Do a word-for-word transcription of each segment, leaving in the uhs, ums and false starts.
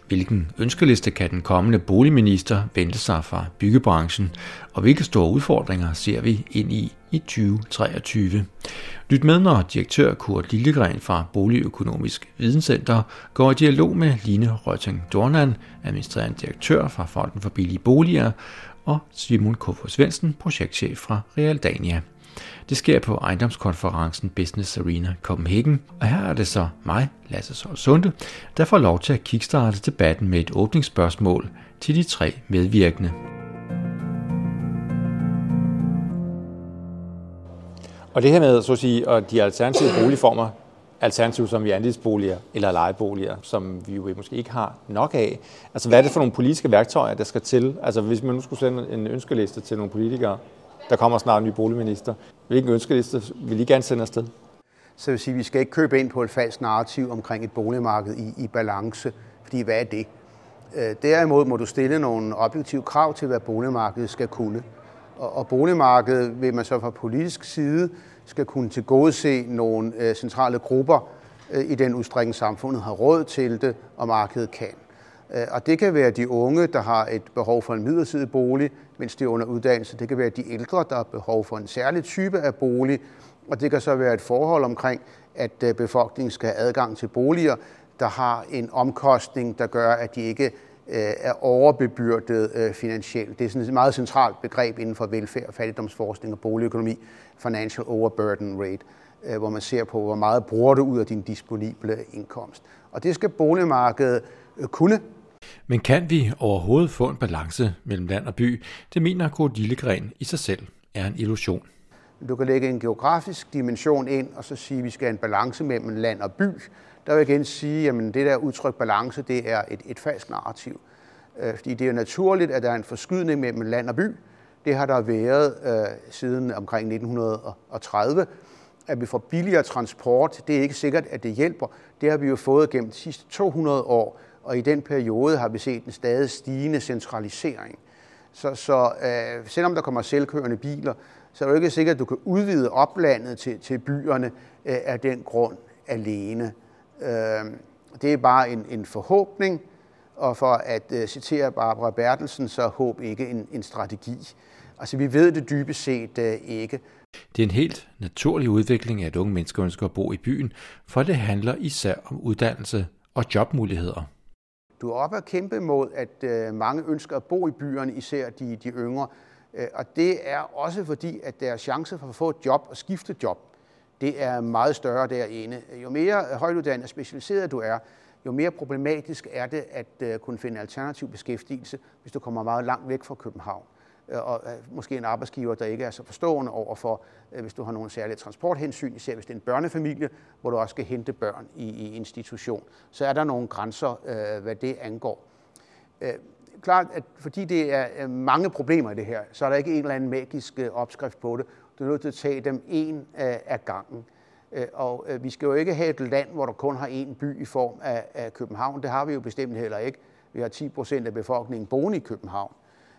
Hvilken ønskeliste kan den kommende boligminister vente sig fra byggebranchen, og hvilke store udfordringer ser vi ind i i tyve treogtyve? Lyt med, når direktør Kurt Lillegren fra Boligøkonomisk Videnscenter går i dialog med Line Røtting Dornan, administrerende direktør fra Fonden for Billige Boliger, og Simon Kofod Svendsen, projektchef fra Realdania. Det sker på ejendomskonferencen Business Arena Copenhagen, og her er det så mig, Lasse Sol Sunde, der får lov til at kickstarte debatten med et åbningsspørgsmål til de tre medvirkende. Og det her med, så at sige, og de alternative boligformer, alternative som vi andelsboliger eller lejeboliger, som vi jo måske ikke har nok af. Altså, hvad er det for nogle politiske værktøjer, der skal til? Altså, hvis man nu skulle sende en ønskeliste til nogle politikere, der kommer snart en ny boligminister, hvilken ønskeliste vil I gerne sende afsted? Så vil sige, at vi skal ikke købe ind på et falsk narrativ omkring et boligmarked i, i balance, fordi hvad er det? Derimod må du stille nogle objektive krav til, hvad boligmarkedet skal kunne. Og, og boligmarkedet vil man så fra politisk side skal kunne tilgodese nogle øh, centrale grupper øh, i den udstrækning samfundet har råd til det, og markedet kan. Øh, og det kan være de unge, der har et behov for en midlertidig bolig, mens de er under uddannelse. Det kan være de ældre, der har behov for en særlig type af bolig. Og det kan så være et forhold omkring, at øh, befolkningen skal have adgang til boliger, der har en omkostning, der gør, at de ikke er overbebyrdet øh, finansielt. Det er sådan et meget centralt begreb inden for velfærd, fattigdomsforskning og boligøkonomi, financial overburden rate, øh, hvor man ser på, hvor meget bruger du ud af din disponible indkomst. Og det skal boligmarkedet øh, kunne. Men kan vi overhovedet få en balance mellem land og by? Det mener Kurt Lillegren i sig selv er en illusion. Du kan lægge en geografisk dimension ind, og så sige, at vi skal have en balance mellem land og by. Der vil jeg igen sige, at det der udtryk balance, det er et, et falsk narrativ. Øh, fordi det er naturligt, at der er en forskydning mellem land og by. Det har der været øh, siden omkring nitten tredive. At vi får billigere transport, det er ikke sikkert, at det hjælper. Det har vi jo fået gennem de sidste to hundrede år, og i den periode har vi set en stadig stigende centralisering. Så, så øh, selvom der kommer selvkørende biler, så er det jo ikke sikkert, at du kan udvide oplandet til, til byerne øh, af den grund alene. Det er bare en, en forhåbning, og for at uh, citere Barbara Bertelsen, så håb ikke en, en strategi. Altså, vi ved det dybest set uh, ikke. Det er en helt naturlig udvikling, at unge mennesker ønsker at bo i byen, for det handler især om uddannelse og jobmuligheder. Du er oppe at kæmpe mod, at uh, mange ønsker at bo i byerne, især de, de yngre. Uh, og det er også fordi, at deres chance for at få et job og skifte job, det er meget større derinde. Jo mere højtuddannet og specialiseret du er, jo mere problematisk er det at uh, kunne finde alternativ beskæftigelse, hvis du kommer meget langt væk fra København. Uh, og uh, måske en arbejdsgiver, der ikke er så forstående overfor, uh, hvis du har nogle særlige transporthensyn, især hvis det er en børnefamilie, hvor du også skal hente børn i, i institution. Så er der nogle grænser, uh, hvad det angår. Uh, klart, at fordi det er uh, mange problemer i det her, så er der ikke en eller anden magisk uh, opskrift på det. Du er nødt til at tage dem en af gangen. Og vi skal jo ikke have et land, hvor der kun har én by i form af København. Det har vi jo bestemt heller ikke. Vi har ti procent af befolkningen boende i København.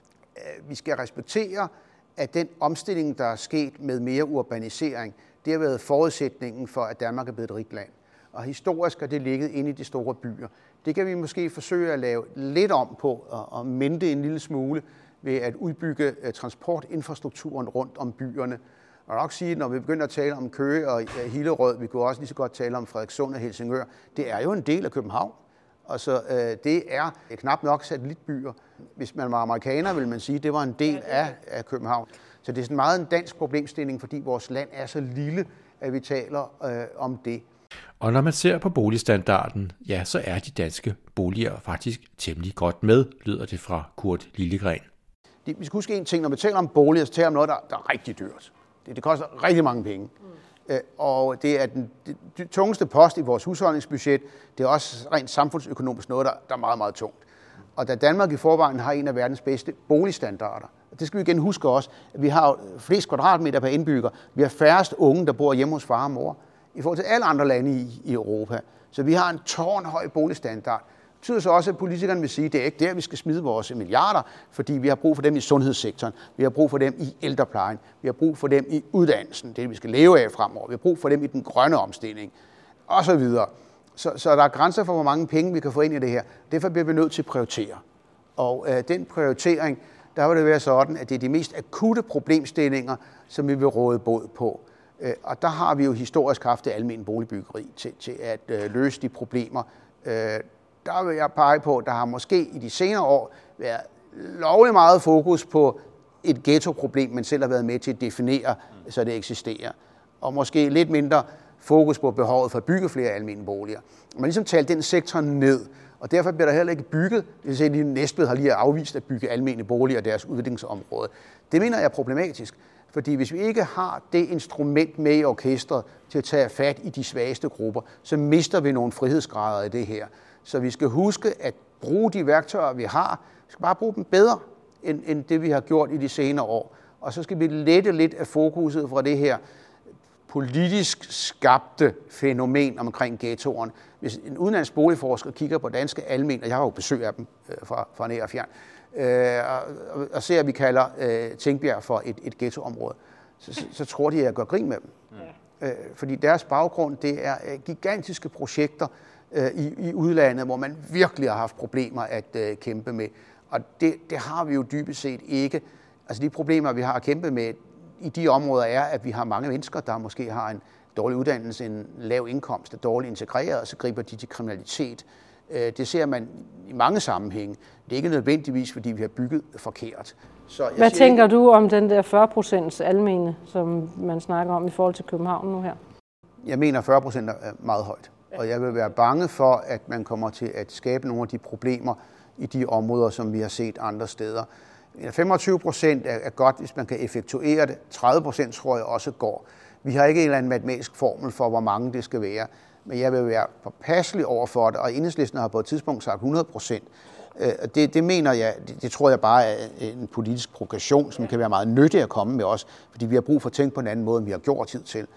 Vi skal respektere, at den omstilling, der er sket med mere urbanisering, det har været forudsætningen for, at Danmark er blevet et rigt land. Og historisk har det ligget inde i de store byer. Det kan vi måske forsøge at lave lidt om på og minde en lille smule, ved at udbygge transportinfrastrukturen rundt om byerne. Og nok sige, at når vi begynder at tale om Køge og Hillerød, vi kunne også lige så godt tale om Frederikssund og Helsingør, det er jo en del af København. Altså, det er knap nok satellitbyer. Hvis man var amerikaner, ville man sige, at det var en del af, af København. Så det er sådan meget en dansk problemstilling, fordi vores land er så lille, at vi taler øh, om det. Og når man ser på boligstandarden, ja, så er de danske boliger faktisk temmelig godt med, lyder det fra Kurt Lillegren. Vi skal huske en ting, når vi taler om boliger, så taler vi om noget, der, der er rigtig dyrt. Det, det koster rigtig mange penge. Mm. Øh, og det er den det, det tungeste post i vores husholdningsbudget. Det er også rent samfundsøkonomisk noget, der, der er meget, meget tungt. Og da Danmark i forvejen har en af verdens bedste boligstandarder, og det skal vi igen huske også, at vi har flest kvadratmeter per indbygger. Vi har færrest unge, der bor hjemme hos far og mor, i forhold til alle andre lande i, i Europa. Så vi har en tårnhøj boligstandard. Det betyder så også, at politikerne vil sige, at det er ikke der, vi skal smide vores milliarder, fordi vi har brug for dem i sundhedssektoren, vi har brug for dem i ældreplejen, vi har brug for dem i uddannelsen, det vi skal leve af fremover, vi har brug for dem i den grønne omstilling, osv. Så, så der er grænser for, hvor mange penge vi kan få ind i det her. Derfor bliver vi nødt til at prioritere. Og øh, den prioritering, der vil det være sådan, at det er de mest akutte problemstillinger, som vi vil råde bod på. Øh, og der har vi jo historisk haft det almene boligbyggeri til, til at øh, løse de problemer. Øh, der vil jeg pege på, at der har måske i de senere år været lovlig meget fokus på et ghettoproblem, man selv har været med til at definere, så det eksisterer. Og måske lidt mindre fokus på behovet for at bygge flere almene boliger. Man ligesom talte den sektor ned, og derfor bliver der heller ikke bygget. Det vil sige, at Næstved har lige afvist at bygge almene boliger i deres udviklingsområde. Det mener jeg er problematisk, fordi hvis vi ikke har det instrument med i orkestret til at tage fat i de svageste grupper, så mister vi nogle frihedsgrader i det her. Så vi skal huske at bruge de værktøjer, vi har. Vi skal bare bruge dem bedre, end, end det vi har gjort i de senere år. Og så skal vi lette lidt af fokuset fra det her politisk skabte fænomen omkring ghettoerne. Hvis en udenlandsk boligforsker kigger på danske almene, og jeg har jo besøg af dem øh, fra, fra nær og fjern, øh, og, og ser, at vi kalder øh, Tingbjerg for et, et ghettoområde, så, så, så tror de, at jeg gør grin med dem. Ja. Øh, fordi deres baggrund, det er øh, gigantiske projekter øh, i, i udlandet, hvor man virkelig har haft problemer at øh, kæmpe med. Og det, det har vi jo dybest set ikke. Altså de problemer, vi har at kæmpe med i de områder, er, at vi har mange mennesker, der måske har en dårlig uddannelse, en lav indkomst, er dårligt integreret, og så griber de til kriminalitet. Det ser man i mange sammenhænge. Det er ikke nødvendigvis, fordi vi har bygget forkert. Så jeg Hvad siger, tænker du om den der fyrre procent almene, som man snakker om i forhold til København nu her? Jeg mener, fyrre procent er meget højt. Og jeg vil være bange for, at man kommer til at skabe nogle af de problemer i de områder, som vi har set andre steder. femogtyve procent er godt, hvis man kan effektuere det. tredive procent tror jeg også går. Vi har ikke en eller anden matematisk formel for, hvor mange det skal være. Men jeg vil være påpasselig over for det, og Enhedslisten har på et tidspunkt sagt hundrede procent. Det, det mener jeg, det, det tror jeg bare er en politisk provokation, som kan være meget nyttig at komme med os, fordi vi har brug for at tænke på en anden måde, end vi har gjort tid til.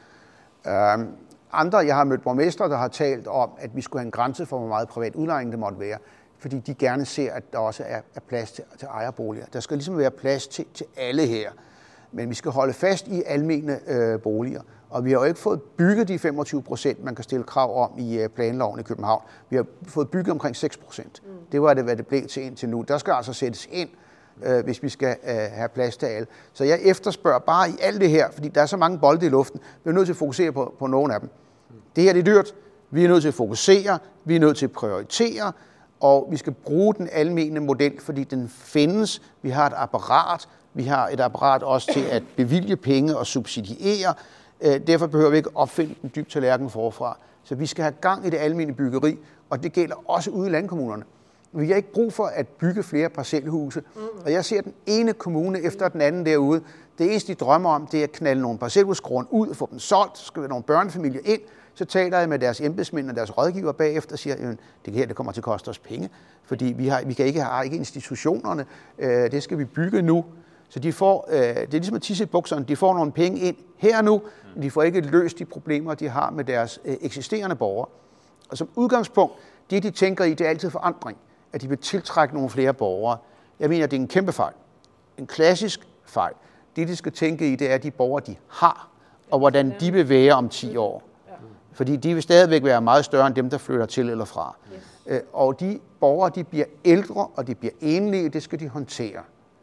Um, andre, jeg har mødt borgmestre, der har talt om, at vi skulle have en grænse for, hvor meget privat udlejning det måtte være, fordi de gerne ser, at der også er, er plads til, til ejerboliger. Der skal ligesom være plads til, til alle her. Men vi skal holde fast i almene øh, boliger. Og vi har jo ikke fået bygget de femogtyve procent, man kan stille krav om i øh, planloven i København. Vi har fået bygget omkring seks procent. Mm. Det var det, hvad det blev til indtil nu. Der skal altså sættes ind, øh, hvis vi skal øh, have plads til alle. Så jeg efterspørger bare i alt det her, fordi der er så mange bolde i luften. Vi er nødt til at fokusere på, på nogle af dem. Mm. Det her det er dyrt. Vi er nødt til at fokusere. Vi er nødt til at prioritere. Og vi skal bruge den almene model, fordi den findes. Vi har et apparat. Vi har et apparat også til at bevilge penge og subsidiere. Derfor behøver vi ikke opfinde den dybe tallerken forfra. Så vi skal have gang i det almene byggeri, og det gælder også ude i landkommunerne. Vi har ikke brug for at bygge flere parcelhuse. Og jeg ser den ene kommune efter den anden derude. Det eneste, de drømmer om, det er at knalde nogle parcelhusgrunde ud og få dem solgt. Så skal der nogle børnefamilier ind. Så taler jeg med deres embedsmænd og deres rådgiver bagefter og siger, at det her det kommer til at koste os penge, fordi vi, har, vi kan ikke have ikke institutionerne. Det skal vi bygge nu. Så de får, det er ligesom at tisse i bukserne, de får nogle penge ind her nu, men de får ikke løst de problemer, de har med deres eksisterende borgere. Og som udgangspunkt, det de tænker i, det er altid forandring, at de vil tiltrække nogle flere borgere. Jeg mener, det er en kæmpe fejl. En klassisk fejl. Det, de skal tænke i, det er de borgere, de har, og hvordan de vil være om ti år. Fordi de vil stadigvæk være meget større end dem, der flytter til eller fra. Yes. Og de borgere, de bliver ældre, og de bliver enlige, det skal de håndtere.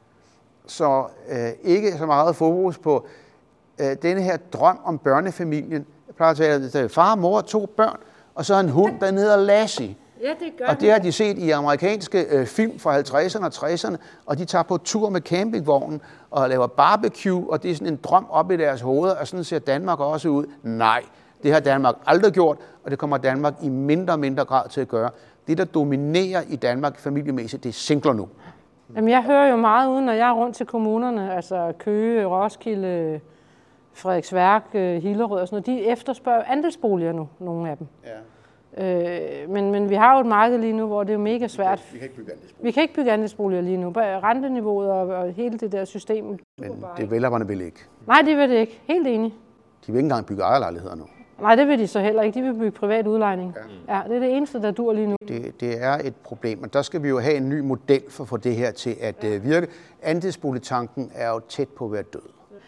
Så øh, ikke så meget fokus på øh, denne her drøm om børnefamilien. Jeg plejer at tale, at det er far, mor og to børn, og så en hund, der hedder Lassie. Ja, det gør og det har de set i amerikanske øh, film fra halvtredserne og tresserne, og de tager på tur med campingvognen og laver barbecue, og det er sådan en drøm op i deres hoveder, og sådan ser Danmark også ud. Nej, det har Danmark aldrig gjort, og det kommer Danmark i mindre og mindre grad til at gøre. Det, der dominerer i Danmark familiemæssigt, det er singler nu. Jamen, jeg hører jo meget uden, når jeg er rundt til kommunerne, altså Køge, Roskilde, Frederiksværk, Hillerød og sådan noget. De efterspørger andelsboliger nu, nogle af dem. Ja. Øh, men, men vi har jo et marked lige nu, hvor det er mega svært. Vi kan, vi kan ikke bygge andelsboliger. Vi kan ikke bygge andelsboliger lige nu. Renteniveauet og, og hele det der system. Men developerne vil ikke. Nej, det vil det ikke. Helt enig. De vil ikke engang bygge ejerlejligheder nu. Nej, det vil de så heller ikke. De vil bygge privat udlejning. Ja. Ja, det er det eneste, der dur lige nu. Det, det er et problem, og der skal vi jo have en ny model for at få det her til at ja. virke. Andelsboligtanken er jo tæt på at være død.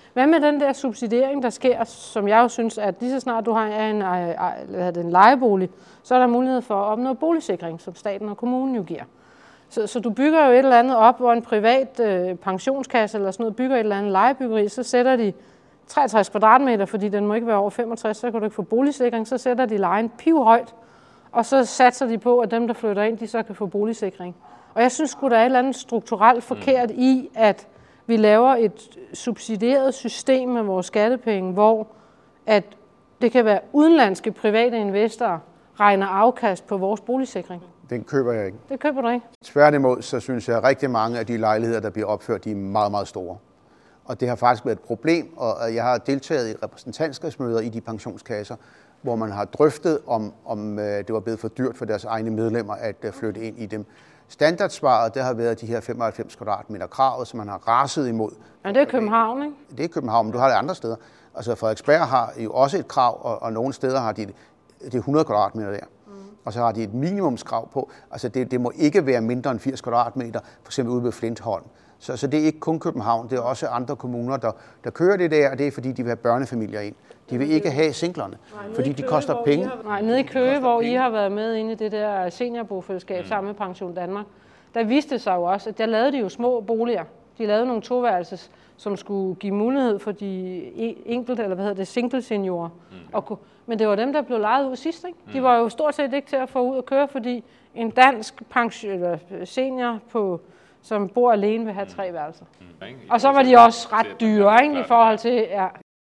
Hvad med den der subsidiering, der sker, som jeg jo synes, at lige så snart du har en, en, en lejebolig, så er der mulighed for at opnå boligsikring, som staten og kommunen jo giver. Så, så du bygger jo et eller andet op, hvor en privat øh, pensionskasse eller sådan noget bygger et eller andet lejebyggeri, så sætter de treogtres kvadratmeter, fordi den må ikke være over femogtres, så kan du ikke få boligsikring, så sætter de lejen pivhøjt, og så satser de på, at dem, der flytter ind, de så kan få boligsikring. Og jeg synes sgu, der er et eller andet strukturelt forkert i, at vi laver et subsidieret system med vores skattepenge, hvor at det kan være udenlandske private investorer regner afkast på vores boligsikring. Den køber jeg ikke. Det køber du ikke? Tværtimod, så synes jeg, at rigtig mange af de lejligheder, der bliver opført, de er meget, meget store. Og det har faktisk været et problem, og jeg har deltaget i repræsentantskabsmøder i de pensionskasser, hvor man har drøftet, om, om det var blevet for dyrt for deres egne medlemmer at flytte ind i dem. Standardsvaret, det har været de her femoghalvfems kvadratmeter kravet, som man har raset imod. Men det er København, ikke? Det er København, men du har det andre steder. Altså Frederiksberg har jo også et krav, og, og nogle steder har de det er hundrede kvadratmeter der. Mm. Og så har de et minimumskrav på. Altså det, det må ikke være mindre end firs kvadratmeter, for eksempel ude ved Flintholm. Så, så det er ikke kun København, det er også andre kommuner, der, der kører det der, og det er fordi, de vil have børnefamilier ind. De vil ikke have singlerne, nej, fordi de koster Køge, penge. Har, nej, nede i Køge, hvor I har været med inde i det der seniorbofællesskab mm. sammen med Pension Danmark, der viste det sig jo også, at der lavede de jo små boliger. De lavede nogle toværelses, som skulle give mulighed for de enkelte, eller hvad hedder det, single seniorer. Mm. Og, men det var dem, der blev lejet ud sidst, ikke? De var jo stort set ikke til at få ud at køre, fordi en dansk pension, eller senior, på, som bor alene, vil have tre værelser. Mm. Og så var de også ret dyre, ikke, i forhold til... Ja.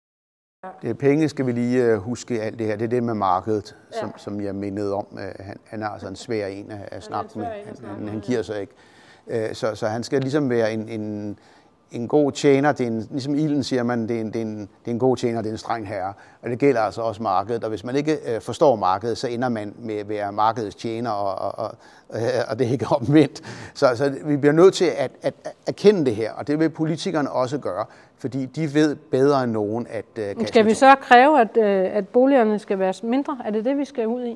Det er penge, skal vi lige huske alt det her. Det er det med markedet, som, ja. som jeg mindede om. Han, han er altså en svær en at snakke med. Han, han, han giver sig ikke. Så, så han skal ligesom være en, en, en god tjener. Det er en, ligesom ilden siger man, det er, en, det, er en, det er en god tjener, det er en streng herre. Og det gælder altså også markedet. Og hvis man ikke øh, forstår markedet, så ender man med at være markedets tjener, og, og, og, og det er ikke omvendt. Så, så vi bliver nødt til at, at, at erkende det her, og det vil politikerne også gøre, fordi de ved bedre end nogen, at... Øh, skal vi så kræve, at, øh, at boligerne skal være mindre? Er det det, vi skal ud i?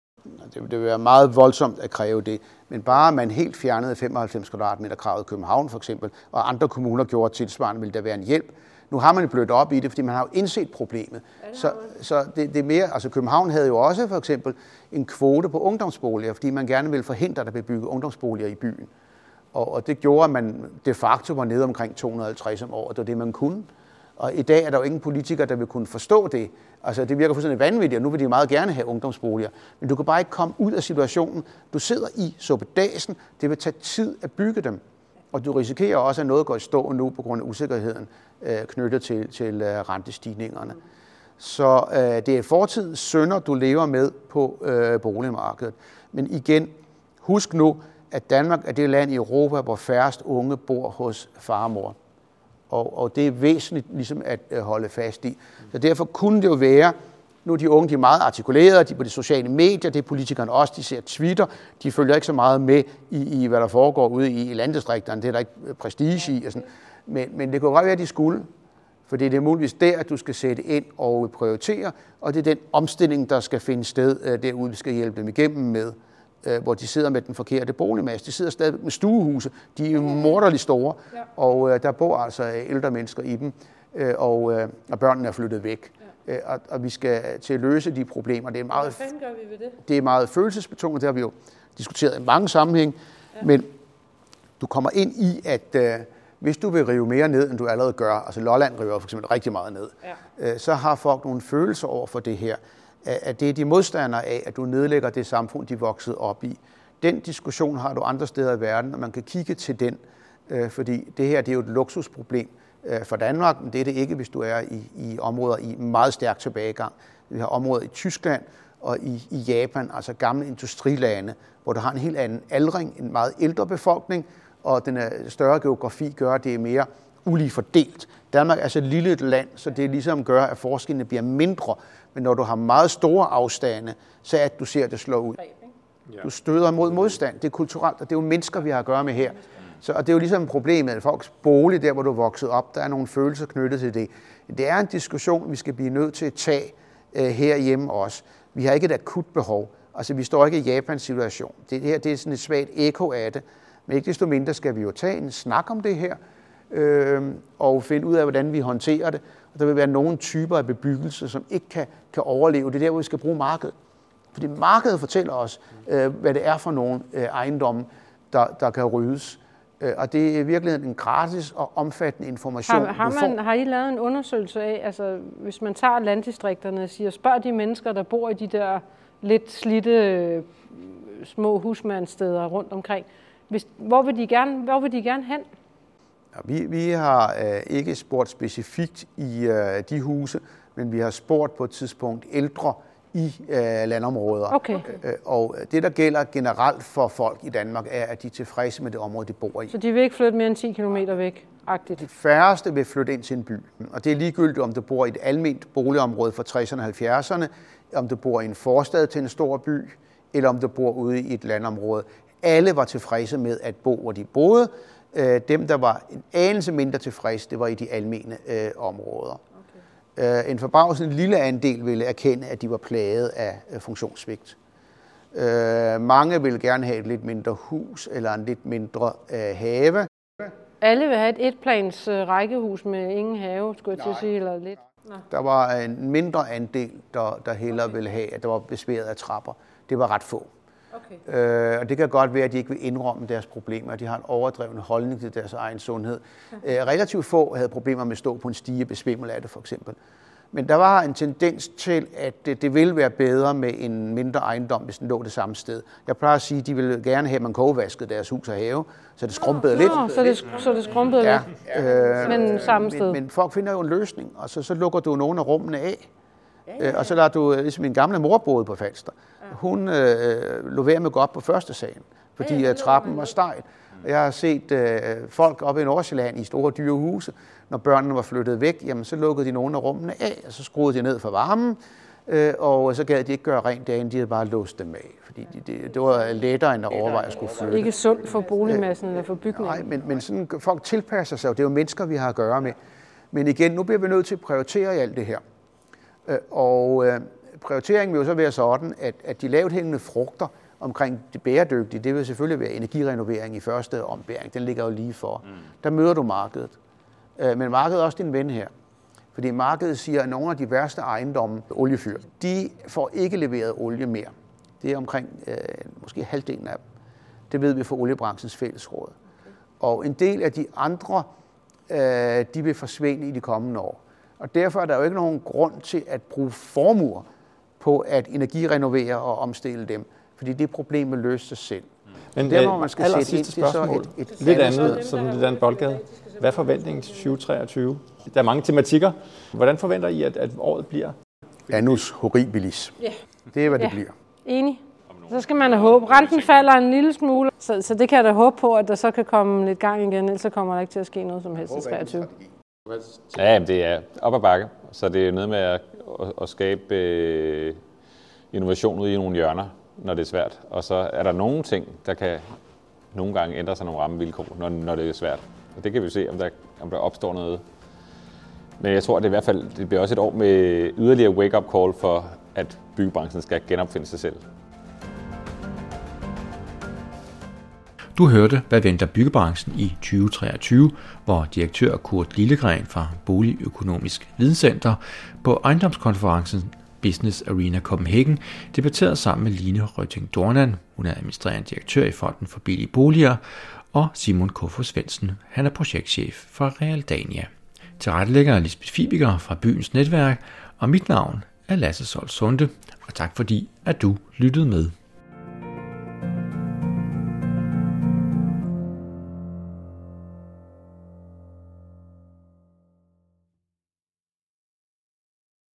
Det vil være meget voldsomt at kræve det, men bare man helt fjernede femoghalvfems kvadratmeter kravet i København for eksempel, og andre kommuner gjorde tilsvarende, ville der være en hjælp. Nu har man blødt op i det, fordi man har jo indset problemet. Ja, så så det, det er mere, altså København havde jo også for eksempel en kvote på ungdomsboliger, fordi man gerne ville forhindre, at der blev bygget ungdomsboliger i byen. Og, og det gjorde, at man de facto var nede omkring to hundrede og halvtreds om året, det var det, man kunne. Og i dag er der jo ingen politikere, der vil kunne forstå det. Altså, det virker fuldstændig vanvittigt, og nu vil de meget gerne have ungdomsboliger. Men du kan bare ikke komme ud af situationen. Du sidder i suppedasen. Det vil tage tid at bygge dem. Og du risikerer også, at noget går i stå nu på grund af usikkerheden øh, knyttet til, til øh, rentestigningerne. Så øh, det er fortidens synder, du lever med på øh, boligmarkedet. Men igen, husk nu, at Danmark er det land i Europa, hvor færrest unge bor hos far og mor. Og, og det er væsentligt ligesom at holde fast i. Så derfor kunne det jo være, nu er de unge de er meget artikulerede, de er på de sociale medier, det er politikerne også, de ser Twitter, de følger ikke så meget med i, i hvad der foregår ude i, i landdistrikterne, det er der ikke prestige i. Og sådan. Men, men det kunne godt være, at de skulle, for det er muligvis der, at du skal sætte ind og prioritere, og det er den omstilling, der skal finde sted derude, vi skal hjælpe dem igennem med, hvor de sidder med den forkerte boligmasse. De sidder stadig med stuehuse. De er morderligt store, ja. og øh, der bor altså ældre mennesker i dem, øh, og, øh, og børnene er flyttet væk. Ja. Øh, og, og vi skal til at løse de problemer. Det er meget, Hvad fanden gør vi ved det? Det er meget følelsesbetonet, det har vi jo diskuteret i mange sammenhæng, ja. Men du kommer ind i, at øh, hvis du vil rive mere ned, end du allerede gør, altså Lolland river for eksempel rigtig meget ned, ja. øh, så har folk nogle følelser over for det her, at det er de modstandere af, at du nedlægger det samfund, de voksede op i. Den diskussion har du andre steder i verden, og man kan kigge til den, øh, fordi det her det er jo et luksusproblem øh, for Danmark, men det er det ikke, hvis du er i, i områder i meget stærk tilbagegang. Vi har områder i Tyskland og i, i Japan, altså gamle industrilande, hvor der har en helt anden aldring, en meget ældre befolkning, og den større geografi gør, at det er mere ulige fordelt. Danmark er så et lille et land, så det ligesom gør, at forskellene bliver mindre. Men når du har meget store afstande, så er det, at du ser, at det slår ud. Du støder mod modstand. Det er kulturelt, og det er jo mennesker, vi har at gøre med her. Så, og det er jo ligesom problemet, at folks bolig, der hvor du er vokset op, der er nogle følelser knyttet til det. Det er en diskussion, vi skal blive nødt til at tage uh, herhjemme også. Vi har ikke et akut behov. Altså, vi står ikke i Japans situation. Det her det er sådan et svagt ekko af det. Men ikke desto mindre skal vi jo tage en snak om det her. øh, og finde ud af, hvordan vi håndterer det. Og der vil være nogle typer af bebyggelse, som ikke kan, kan overleve. Det er der, hvor vi skal bruge markedet. Fordi markedet fortæller os, øh, hvad det er for nogle øh, ejendomme, der, der kan ryddes. Øh, og det er i virkeligheden en gratis og omfattende information. Har, har, man, har I lavet en undersøgelse af, altså hvis man tager landdistrikterne og siger, spørg de mennesker, der bor i de der lidt slidte øh, små husmandssteder rundt omkring, hvis, hvor, vil de gerne, hvor vil de gerne hen? Ja, vi, vi har øh, ikke spurgt specifikt i øh, de huse, men vi har spurgt på et tidspunkt ældre i øh, landområder. Okay. Øh, og det, der gælder generelt for folk i Danmark, er, at de er tilfredse med det område, de bor i. Så de vil ikke flytte mere end ti kilometer væk? -agtigt. De færreste vil flytte ind til en by. Og det er ligegyldigt, om du bor i et alment boligområde fra tresserne og halvfjerdserne, om du bor i en forstad til en stor by, eller om du bor ude i et landområde. Alle var tilfredse med at bo, hvor de boede. Dem, der var en anelse mindre tilfredse, det var i de almene øh, områder. Okay. En forbavsende lille andel ville erkende, at de var plaget af øh, funktionssvigt. Øh, mange ville gerne have et lidt mindre hus eller en lidt mindre øh, have. Alle vil have et etplans øh, rækkehus med ingen have, skulle jeg til at sige, eller lidt. Nå. Der var en mindre andel, der, der hellere okay. ville have, at der var besværet af trapper. Det var ret få. Okay. Øh, og det kan godt være, at de ikke vil indrømme deres problemer. De har en overdreven holdning til deres egen sundhed. Okay. Øh, relativt få havde problemer med at stå på en stige, besvimmel af det for eksempel. Men der var en tendens til, at det, det ville være bedre med en mindre ejendom, hvis den lå det samme sted. Jeg plejer at sige, at de ville gerne have, at man kogevaskede deres hus og have, så det skrumpede Nå, lidt. Så det, så det skrumpede ja, lidt, øh, men samme sted. Men, men folk finder jo en løsning, og så, så lukker du nogle af rummene af. Ja, ja. Og så lader du, ligesom min gamle mor boede på Falster, ja. hun øh, lå være med at gå op på første salen, fordi ja, ja, trappen var stejl. Jeg har set øh, folk oppe i Nordsjælland i store dyre huse, når børnene var flyttet væk, jamen så lukkede de nogle af rummene af, og så skruede de ned for varmen, øh, og så gad de ikke gøre rent dagen, de havde bare låst dem af, fordi det, det, det var lettere end at overveje at skulle flytte. Ikke sundt for boligmassen eller for bygningen. Nej, men, men sådan, folk tilpasser sig, og det er jo mennesker, vi har at gøre med. Men igen, nu bliver vi nødt til at prioritere i alt det her. Og øh, prioriteringen vil jo så være sådan, at, at de lavt hængende frugter omkring det bæredygtige, det vil selvfølgelig være energirenovering i første ombæring. Den ligger jo lige for. Mm. Der møder du markedet. Øh, men markedet er også din ven her. Fordi markedet siger, at nogle af de værste ejendomme, oliefyr, de får ikke leveret olie mere. Det er omkring øh, måske halvdelen af dem. Det ved vi fra oliebranchens fællesråd. Okay. Og en del af de andre, øh, de vil forsvinde i de kommende år. Og derfor er der jo ikke nogen grund til at bruge formuer på at energirenovere og omstille dem, fordi det problem vil løse sig selv. Men der, hvor man skal sætte ind, det er så et, et, et lidt andet, som lidt andet boldgade. Hvad er forventningen til tyve treogtyve? Der er mange tematikker. Hvordan forventer I, at, at året bliver? Annus horribilis. Ja. Det er, hvad ja. det bliver. Enig. Så skal man håbe. Renten falder en lille smule, så, så det kan jeg da håbe på, at der så kan komme lidt gang igen, ellers så kommer der ikke til at ske noget som helst i treogtyve. Ja, det er op ad bakke, så det er noget med at, at, at skabe øh, innovation ude i nogle hjørner, når det er svært. Og så er der nogle ting, der kan nogle gange ændre sig nogle rammevilkår, når, når det er svært. Og det kan vi se, om der, om der opstår noget. Men jeg tror, at det i hvert fald det bliver også et år med yderligere wake-up call for, at byggebranchen skal genopfinde sig selv. Du hørte, hvad venter byggebranchen i tyve treogtyve, hvor direktør Kurt Lillegren fra Boligøkonomisk Videnscenter på ejendomskonferencen Business Arena Copenhagen debatterede sammen med Line Røtting Dornan, hun er administrerende direktør i Fonden for Billige Boliger, og Simon Kofod Svendsen, han er projektchef for Realdania. Tilrettelægger Lisbeth Fibiger fra Byens Netværk, og mit navn er Lasse Solt Sunde, og tak fordi, at du lyttede med.